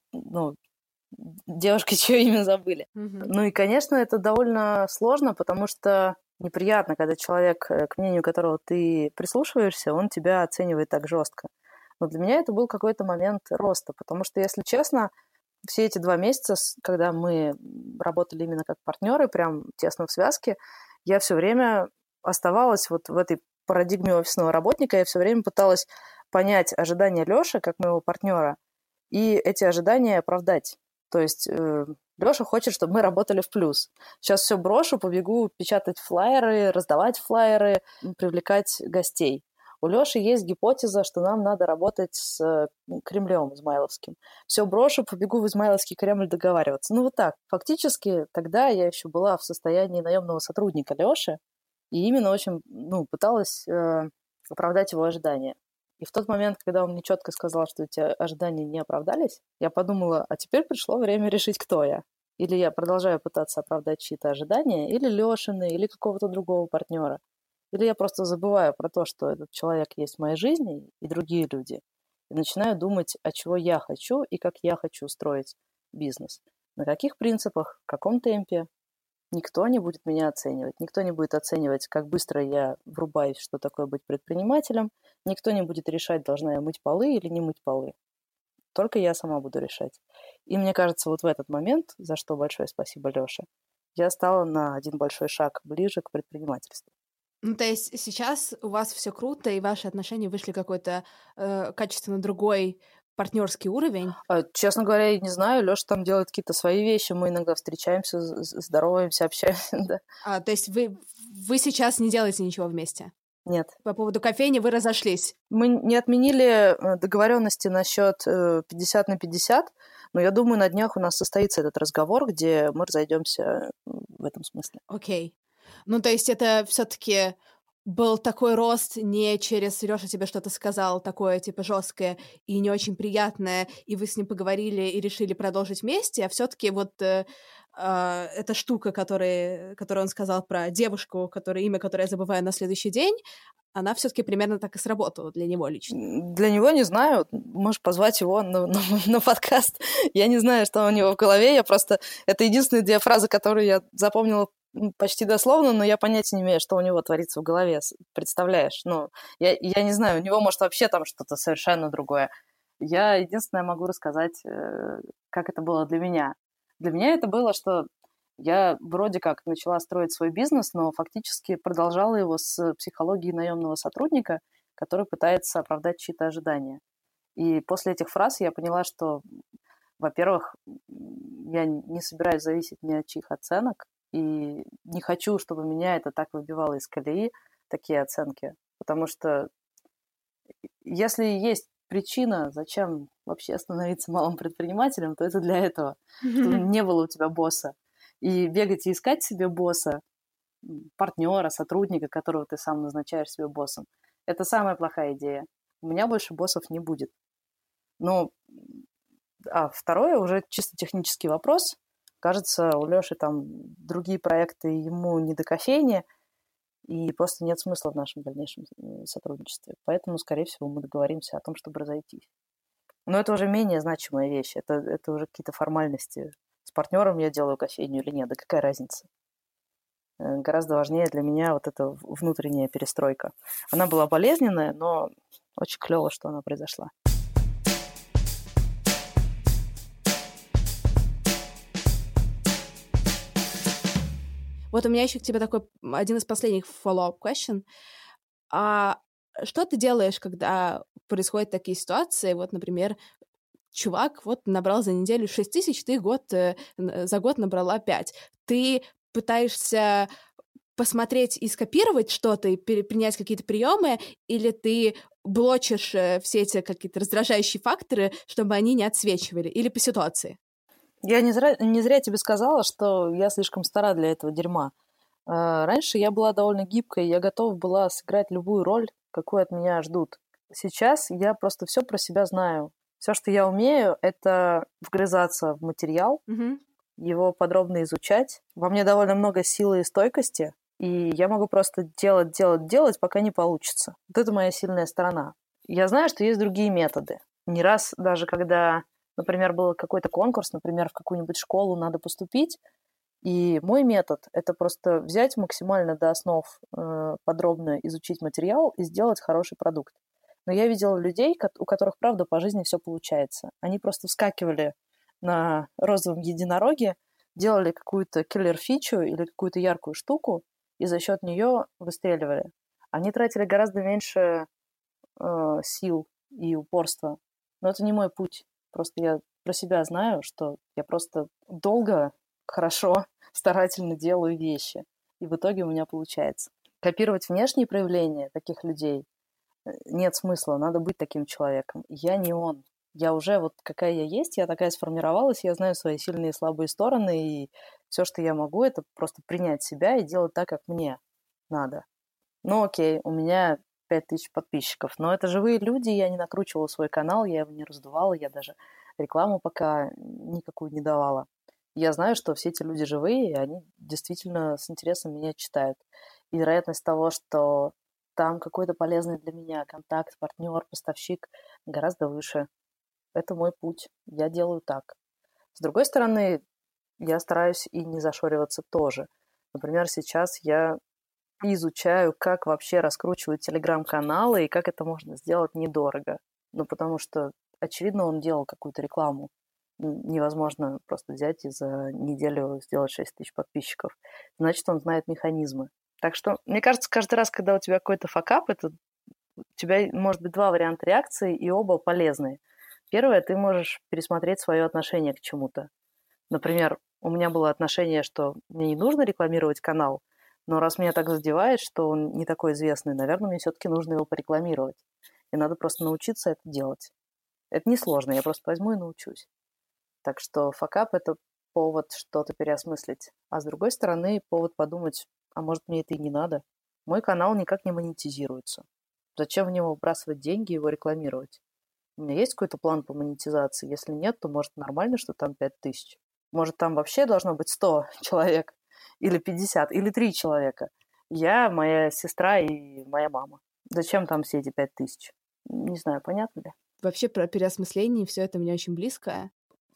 девушкой, чье имя забыли. Ну и, конечно, это довольно сложно, потому что неприятно, когда человек, к мнению которого ты прислушиваешься, он тебя оценивает так жестко. Но для меня это был какой-то момент роста, потому что, если честно, все эти 2 месяца, когда мы работали именно как партнеры, прям тесно в связке, я все время оставалась вот в этой парадигме офисного работника, я все время пыталась понять ожидания Лёши, как моего партнера, и эти ожидания оправдать. То есть Лёша хочет, чтобы мы работали в плюс. Сейчас все брошу, побегу печатать флаеры, раздавать флаеры, привлекать гостей. У Лёши есть гипотеза, что нам надо работать с Кремлем измайловским. Все брошу, побегу в Измайловский Кремль договариваться. Ну вот так. Фактически тогда я еще была в состоянии наемного сотрудника Лёши и именно очень пыталась оправдать его ожидания. И в тот момент, когда он мне четко сказал, что эти ожидания не оправдались, я подумала, а теперь пришло время решить, кто я. Или я продолжаю пытаться оправдать чьи-то ожидания, или Лёшины, или какого-то другого партнера. Или я просто забываю про то, что этот человек есть в моей жизни и другие люди, и начинаю думать, о чего я хочу и как я хочу строить бизнес. На каких принципах, в каком темпе. Никто не будет меня оценивать. Никто не будет оценивать, как быстро я врубаюсь, что такое быть предпринимателем. Никто не будет решать, должна я мыть полы или не мыть полы. Только я сама буду решать. И мне кажется, вот в этот момент, за что большое спасибо Лёше, я стала на один большой шаг ближе к предпринимательству. Ну, то есть сейчас у вас все круто, и ваши отношения вышли какой-то качественно другой партнерский уровень? Честно говоря, я не знаю. Лёша там делает какие-то свои вещи. Мы иногда встречаемся, здороваемся, общаемся. Да. То есть вы сейчас не делаете ничего вместе? Нет. По поводу кофейни вы разошлись? Мы не отменили договоренности насчет 50/50, но я думаю, на днях у нас состоится этот разговор, где мы разойдемся в этом смысле. Окей. Ну, то есть это все-таки был такой рост не через Лёша тебе что-то сказал такое, типа, жесткое и не очень приятное, и вы с ним поговорили и решили продолжить вместе, а все-таки вот эта штука, которую он сказал про девушку, имя которой я забываю на следующий день, она все-таки примерно так и сработала для него лично. Для него не знаю. Можешь позвать его на подкаст. Я не знаю, что у него в голове. Это единственные 2 фразы, которые я запомнила почти дословно, но я понятия не имею, что у него творится в голове. Представляешь? Я не знаю. У него, может, вообще там что-то совершенно другое. Я единственное могу рассказать, как это было для меня. Для меня это было, что Я вроде как начала строить свой бизнес, но фактически продолжала его с психологией наемного сотрудника, который пытается оправдать чьи-то ожидания. И после этих фраз я поняла, что, во-первых, я не собираюсь зависеть ни от чьих оценок, и не хочу, чтобы меня это так выбивало из колеи, такие оценки. Потому что если есть причина, зачем вообще становиться малым предпринимателем, то это для этого, чтобы не было у тебя босса. И бегать и искать себе босса, партнера, сотрудника, которого ты сам назначаешь себе боссом, это самая плохая идея. У меня больше боссов не будет. Но, второе, уже чисто технический вопрос. Кажется, у Лёши там другие проекты, ему не до кофейни, и просто нет смысла в нашем дальнейшем сотрудничестве. Поэтому, скорее всего, мы договоримся о том, чтобы разойтись. Но это уже менее значимая вещь. Это уже какие-то формальности. С партнером я делаю кофейню или нет, да какая разница? Гораздо важнее для меня вот эта внутренняя перестройка. Она была болезненная, но очень клево, что она произошла. Вот у меня еще к тебе такой один из последних follow-up question. А что ты делаешь, когда происходят такие ситуации? Вот, например, чувак вот набрал за неделю 6 тысяч, ты за год набрала 5. Ты пытаешься посмотреть и скопировать что-то, и принять какие-то приемы, или ты блочишь все эти какие-то раздражающие факторы, чтобы они не отсвечивали, или по ситуации? Я не зря тебе сказала, что я слишком стара для этого дерьма. Раньше я была довольно гибкой, я готова была сыграть любую роль, какую от меня ждут. Сейчас я просто все про себя знаю. Все, что я умею, это вгрызаться в материал, его подробно изучать. Во мне довольно много силы и стойкости, и я могу просто делать, пока не получится. Вот это моя сильная сторона. Я знаю, что есть другие методы. Не раз даже когда, например, был какой-то конкурс, например, в какую-нибудь школу надо поступить, и мой метод – это просто взять максимально до основ, подробно изучить материал и сделать хороший продукт. Но я видела людей, у которых, правда, по жизни все получается. Они просто вскакивали на розовом единороге, делали какую-то киллер-фичу или какую-то яркую штуку, и за счет нее выстреливали. Они тратили гораздо меньше сил и упорства. Но это не мой путь. Просто я про себя знаю, что я просто долго, хорошо, старательно делаю вещи. И в итоге у меня получается. Копировать внешние проявления таких людей нет смысла. Надо быть таким человеком. Я не он. Я уже вот какая я есть, я такая сформировалась, я знаю свои сильные и слабые стороны, и все, что я могу, это просто принять себя и делать так, как мне надо. Ну окей, у меня 5000 подписчиков, но это живые люди, я не накручивала свой канал, я его не раздувала, я даже рекламу пока никакую не давала. Я знаю, что все эти люди живые, и они действительно с интересом меня читают. И вероятность того, что там какой-то полезный для меня контакт, партнер, поставщик гораздо выше. Это мой путь. Я делаю так. С другой стороны, я стараюсь и не зашориваться тоже. Например, сейчас я изучаю, как вообще раскручивать телеграм-каналы и как это можно сделать недорого. Ну, потому что, очевидно, он делал какую-то рекламу. Невозможно просто взять и за неделю сделать 6 тысяч подписчиков. Значит, он знает механизмы. Так что, мне кажется, каждый раз, когда у тебя какой-то факап, у тебя может быть два варианта реакции, и оба полезные. Первое, ты можешь пересмотреть свое отношение к чему-то. Например, у меня было отношение, что мне не нужно рекламировать канал, но раз меня так задевает, что он не такой известный, наверное, мне все-таки нужно его порекламировать. И надо просто научиться это делать. Это несложно, я просто возьму и научусь. Так что факап – это повод что-то переосмыслить. А с другой стороны, повод подумать, а может, мне это и не надо. Мой канал никак не монетизируется. Зачем в него вбрасывать деньги и его рекламировать? У меня есть какой-то план по монетизации? Если нет, то, может, нормально, что там 5000. Может, там вообще должно быть 100 человек, или 50, или 3 человека. Я, моя сестра и моя мама. Зачем там все эти 5000? Не знаю, понятно ли? Вообще про переосмысление все это мне очень близко.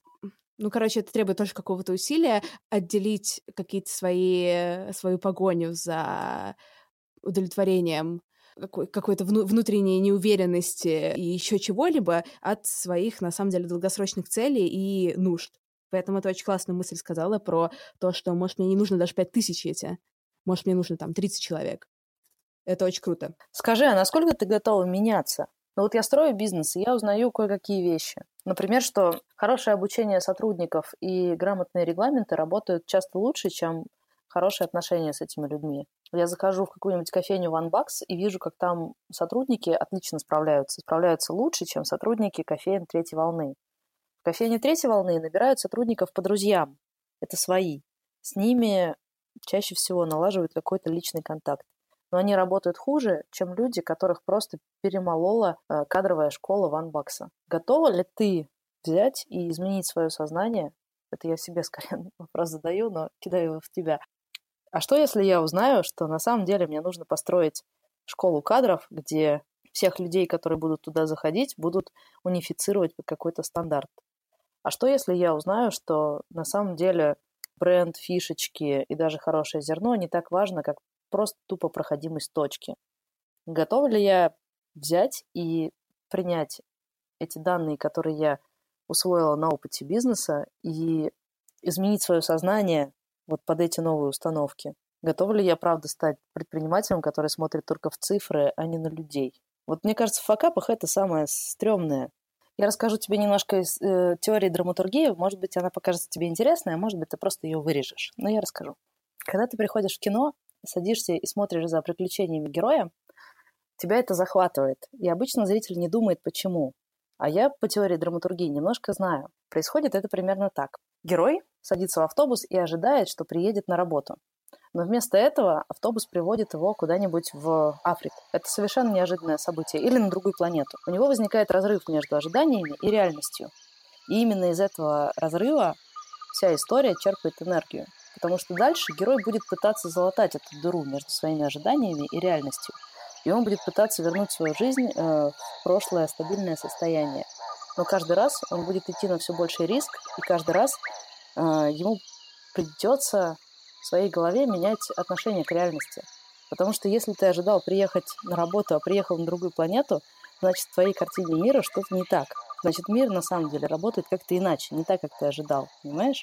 Ну, короче, это требует тоже какого-то усилия отделить какие-то свою погоню за удовлетворением какой-то внутренней неуверенности и еще чего-либо от своих, на самом деле, долгосрочных целей и нужд. Поэтому ты очень классную мысль сказала про то, что, может, мне не нужно даже 5000 эти, может, мне нужно там 30 человек. Это очень круто. Скажи, а насколько ты готова меняться? Ну вот я строю бизнес, и я узнаю кое-какие вещи. Например, что хорошее обучение сотрудников и грамотные регламенты работают часто лучше, чем хорошие отношения с этими людьми. Я захожу в какую-нибудь кофейню OneBucks и вижу, как там сотрудники отлично справляются. Справляются лучше, чем сотрудники кофеен третьей волны. В кофейне третьей волны набирают сотрудников по друзьям. Это свои. С ними чаще всего налаживают какой-то личный контакт. Но они работают хуже, чем люди, которых просто перемолола кадровая школа OneBucks. Готова ли ты взять и изменить свое сознание? Это я себе скорее вопрос задаю, но кидаю его в тебя. А что, если я узнаю, что на самом деле мне нужно построить школу кадров, где всех людей, которые будут туда заходить, будут унифицировать под какой-то стандарт? А что, если я узнаю, что на самом деле бренд, фишечки и даже хорошее зерно не так важно, как просто тупо проходимость точки? Готова ли я взять и принять эти данные, которые я усвоила на опыте бизнеса, и изменить свое сознание вот под эти новые установки? Готова ли я, правда, стать предпринимателем, который смотрит только в цифры, а не на людей? Вот мне кажется, в факапах это самое стрёмное. Я расскажу тебе немножко из теории драматургии. Может быть, она покажется тебе интересной, а может быть, ты просто ее вырежешь. Но я расскажу. Когда ты приходишь в кино, садишься и смотришь за приключениями героя, тебя это захватывает. И обычно зритель не думает, почему. А я по теории драматургии немножко знаю. Происходит это примерно так. Герой садится в автобус и ожидает, что приедет на работу. Но вместо этого автобус приводит его куда-нибудь в Африку. Это совершенно неожиданное событие. Или на другую планету. У него возникает разрыв между ожиданиями и реальностью. И именно из этого разрыва вся история черпает энергию. Потому что дальше герой будет пытаться залатать эту дыру между своими ожиданиями и реальностью. И он будет пытаться вернуть свою жизнь в прошлое стабильное состояние. Но каждый раз он будет идти на все больший риск, и каждый раз ему придется в своей голове менять отношение к реальности. Потому что если ты ожидал приехать на работу, а приехал на другую планету, значит, в твоей картине мира что-то не так. Значит, мир на самом деле работает как-то иначе, не так, как ты ожидал. Понимаешь?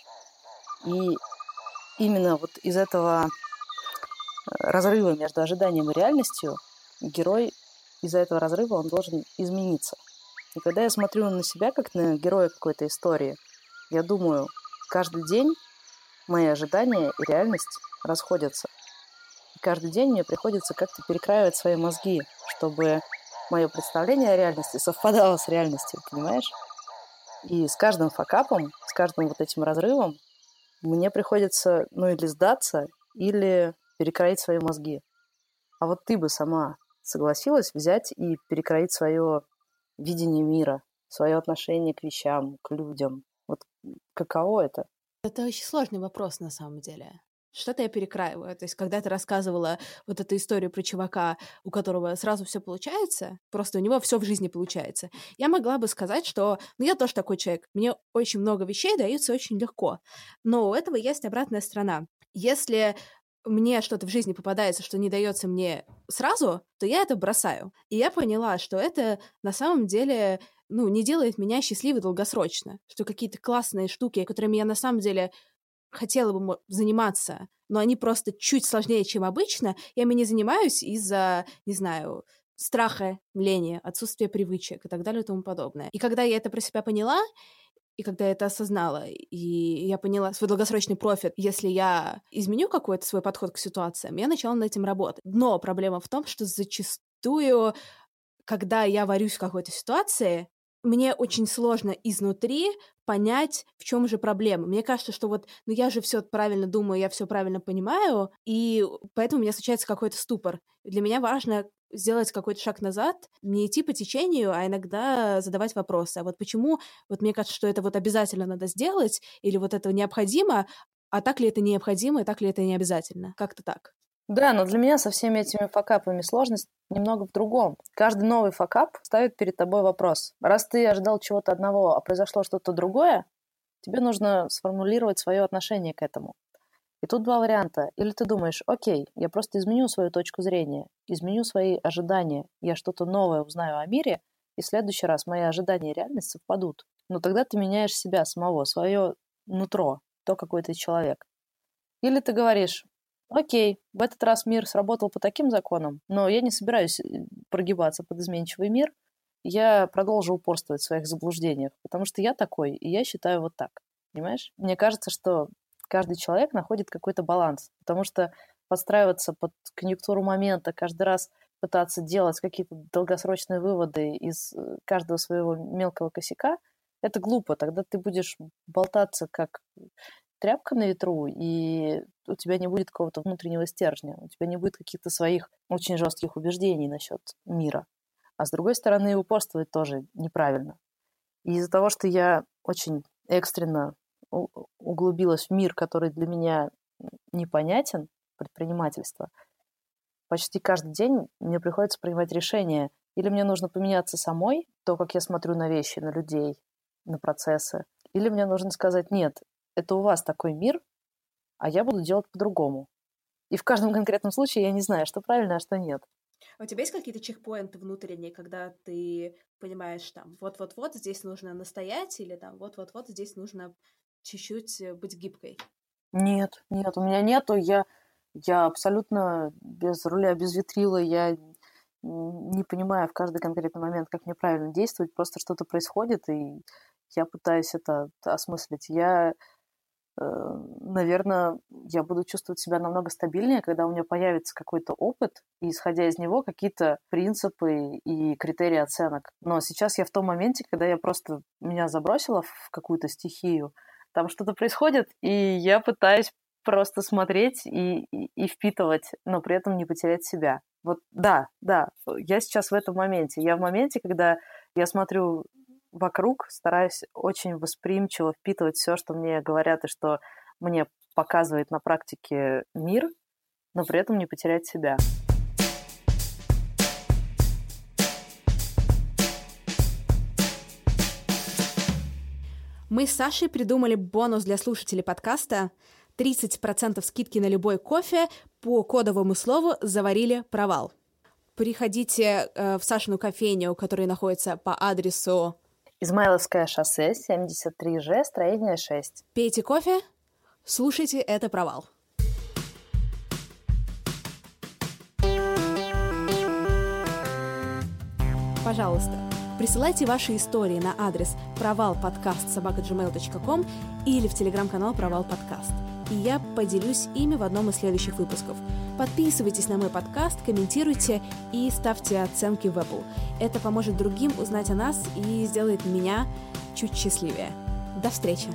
И именно вот из этого разрыва между ожиданием и реальностью герой, из-за этого разрыва он должен измениться. И когда я смотрю на себя, как на героя какой-то истории, я думаю, каждый день мои ожидания и реальность расходятся. И каждый день мне приходится как-то перекраивать свои мозги, чтобы мое представление о реальности совпадало с реальностью, понимаешь? И с каждым факапом, с каждым вот этим разрывом мне приходится, или сдаться, или перекроить свои мозги. А вот ты бы сама согласилась взять и перекроить свое видение мира, свое отношение к вещам, к людям? Вот каково это? Это очень сложный вопрос на самом деле. Что-то я перекраиваю. То есть, когда ты рассказывала вот эту историю про чувака, у которого сразу все получается, просто у него все в жизни получается, я могла бы сказать, что я тоже такой человек. Мне очень много вещей даются очень легко. Но у этого есть обратная сторона. Если мне что-то в жизни попадается, что не дается мне сразу, то я это бросаю. И я поняла, что это на самом деле не делает меня счастливой долгосрочно. Что какие-то классные штуки, которыми я на самом деле хотела бы заниматься, но они просто чуть сложнее, чем обычно, я ими не занимаюсь из-за, не знаю, страха, лени, отсутствия привычек и так далее и тому подобное. И когда я это про себя поняла, и когда я это осознала, и я поняла свой долгосрочный профит, если я изменю какой-то свой подход к ситуациям, я начала над этим работать. Но проблема в том, что зачастую, когда я варюсь в какой-то ситуации, мне очень сложно изнутри понять, в чем же проблема. Мне кажется, что я же все правильно думаю, я все правильно понимаю, и поэтому у меня случается какой-то ступор. Для меня важно сделать какой-то шаг назад, не идти по течению, а иногда задавать вопросы. А вот почему, мне кажется, что это обязательно надо сделать, или это необходимо, а так ли это необходимо, и так ли это не обязательно? Как-то так. Да, но для меня со всеми этими факапами сложность немного в другом. Каждый новый факап ставит перед тобой вопрос. Раз ты ожидал чего-то одного, а произошло что-то другое, тебе нужно сформулировать свое отношение к этому. И тут два варианта. Или ты думаешь, окей, я просто изменю свою точку зрения, изменю свои ожидания, я что-то новое узнаю о мире, и в следующий раз мои ожидания и реальность совпадут. Но тогда ты меняешь себя самого, свое нутро, то, какой ты человек. Или ты говоришь: окей, в этот раз мир сработал по таким законам, но я не собираюсь прогибаться под изменчивый мир, я продолжу упорствовать в своих заблуждениях, потому что я такой, и я считаю вот так. Понимаешь? Мне кажется, что каждый человек находит какой-то баланс, потому что подстраиваться под конъюнктуру момента, каждый раз пытаться делать какие-то долгосрочные выводы из каждого своего мелкого косяка, это глупо. Тогда ты будешь болтаться как тряпка на ветру, и у тебя не будет какого-то внутреннего стержня, у тебя не будет каких-то своих очень жестких убеждений насчет мира. А с другой стороны, упорствовать тоже неправильно. И из-за того, что я очень экстренно углубилась в мир, который для меня непонятен, предпринимательство, почти каждый день мне приходится принимать решение. Или мне нужно поменяться самой, то, как я смотрю на вещи, на людей, на процессы. Или мне нужно сказать: нет, это у вас такой мир, а я буду делать по-другому. И в каждом конкретном случае я не знаю, что правильно, а что нет. А у тебя есть какие-то чекпоинты внутренние, когда ты понимаешь, там, вот-вот-вот здесь нужно настоять, или там вот-вот-вот здесь нужно чуть-чуть быть гибкой? Нет, у меня нету. Я абсолютно без руля, без ветрила. Я не понимаю в каждый конкретный момент, как мне правильно действовать. Просто что-то происходит, и я пытаюсь это осмыслить. Наверное, я буду чувствовать себя намного стабильнее, когда у меня появится какой-то опыт, и, исходя из него, какие-то принципы и критерии оценок. Но сейчас я в том моменте, когда меня забросило в какую-то стихию, там что-то происходит, и я пытаюсь просто смотреть и впитывать, но при этом не потерять себя. Вот да, я сейчас в этом моменте. Я в моменте, когда я смотрю вокруг, стараюсь очень восприимчиво впитывать все, что мне говорят и что мне показывает на практике мир, но при этом не потерять себя. Мы с Сашей придумали бонус для слушателей подкаста. 30% скидки на любой кофе по кодовому слову «Заварили провал». Приходите в Сашину кофейню, которая находится по адресу Измайловское шоссе, 73Ж, строение 6. Пейте кофе, слушайте «Это провал». Пожалуйста, присылайте ваши истории на адрес провалподкаст@gmail.com или в телеграм-канал «Провал подкаст». И я поделюсь ими в одном из следующих выпусков. Подписывайтесь на мой подкаст, комментируйте и ставьте оценки в Apple. Это поможет другим узнать о нас и сделает меня чуть счастливее. До встречи!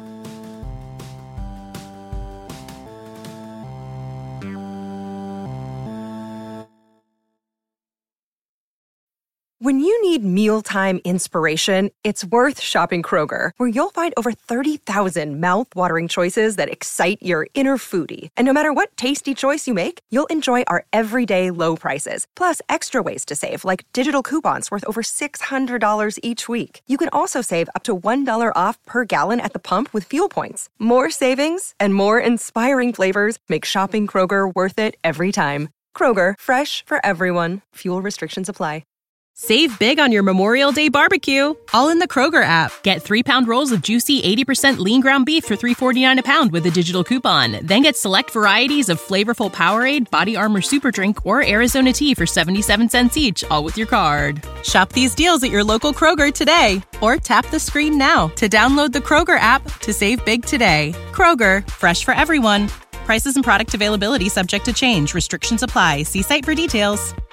When you need mealtime inspiration, it's worth shopping Kroger, where you'll find over 30,000 mouth-watering choices that excite your inner foodie. And no matter what tasty choice you make, you'll enjoy our everyday low prices, plus extra ways to save, like digital coupons worth over $600 each week. You can also save up to $1 off per gallon at the pump with fuel points. More savings and more inspiring flavors make shopping Kroger worth it every time. Kroger, fresh for everyone. Fuel restrictions apply. Save big on your Memorial Day barbecue, all in the Kroger app. Get 3-pound rolls of juicy 80% lean ground beef for $3.49 a pound with a digital coupon. Then get select varieties of flavorful Powerade, Body Armor Super Drink, or Arizona tea for 77 cents each, all with your card. Shop these deals at your local Kroger today, or tap the screen now to download the Kroger app to save big today. Kroger, fresh for everyone. Prices and product availability subject to change. Restrictions apply. See site for details.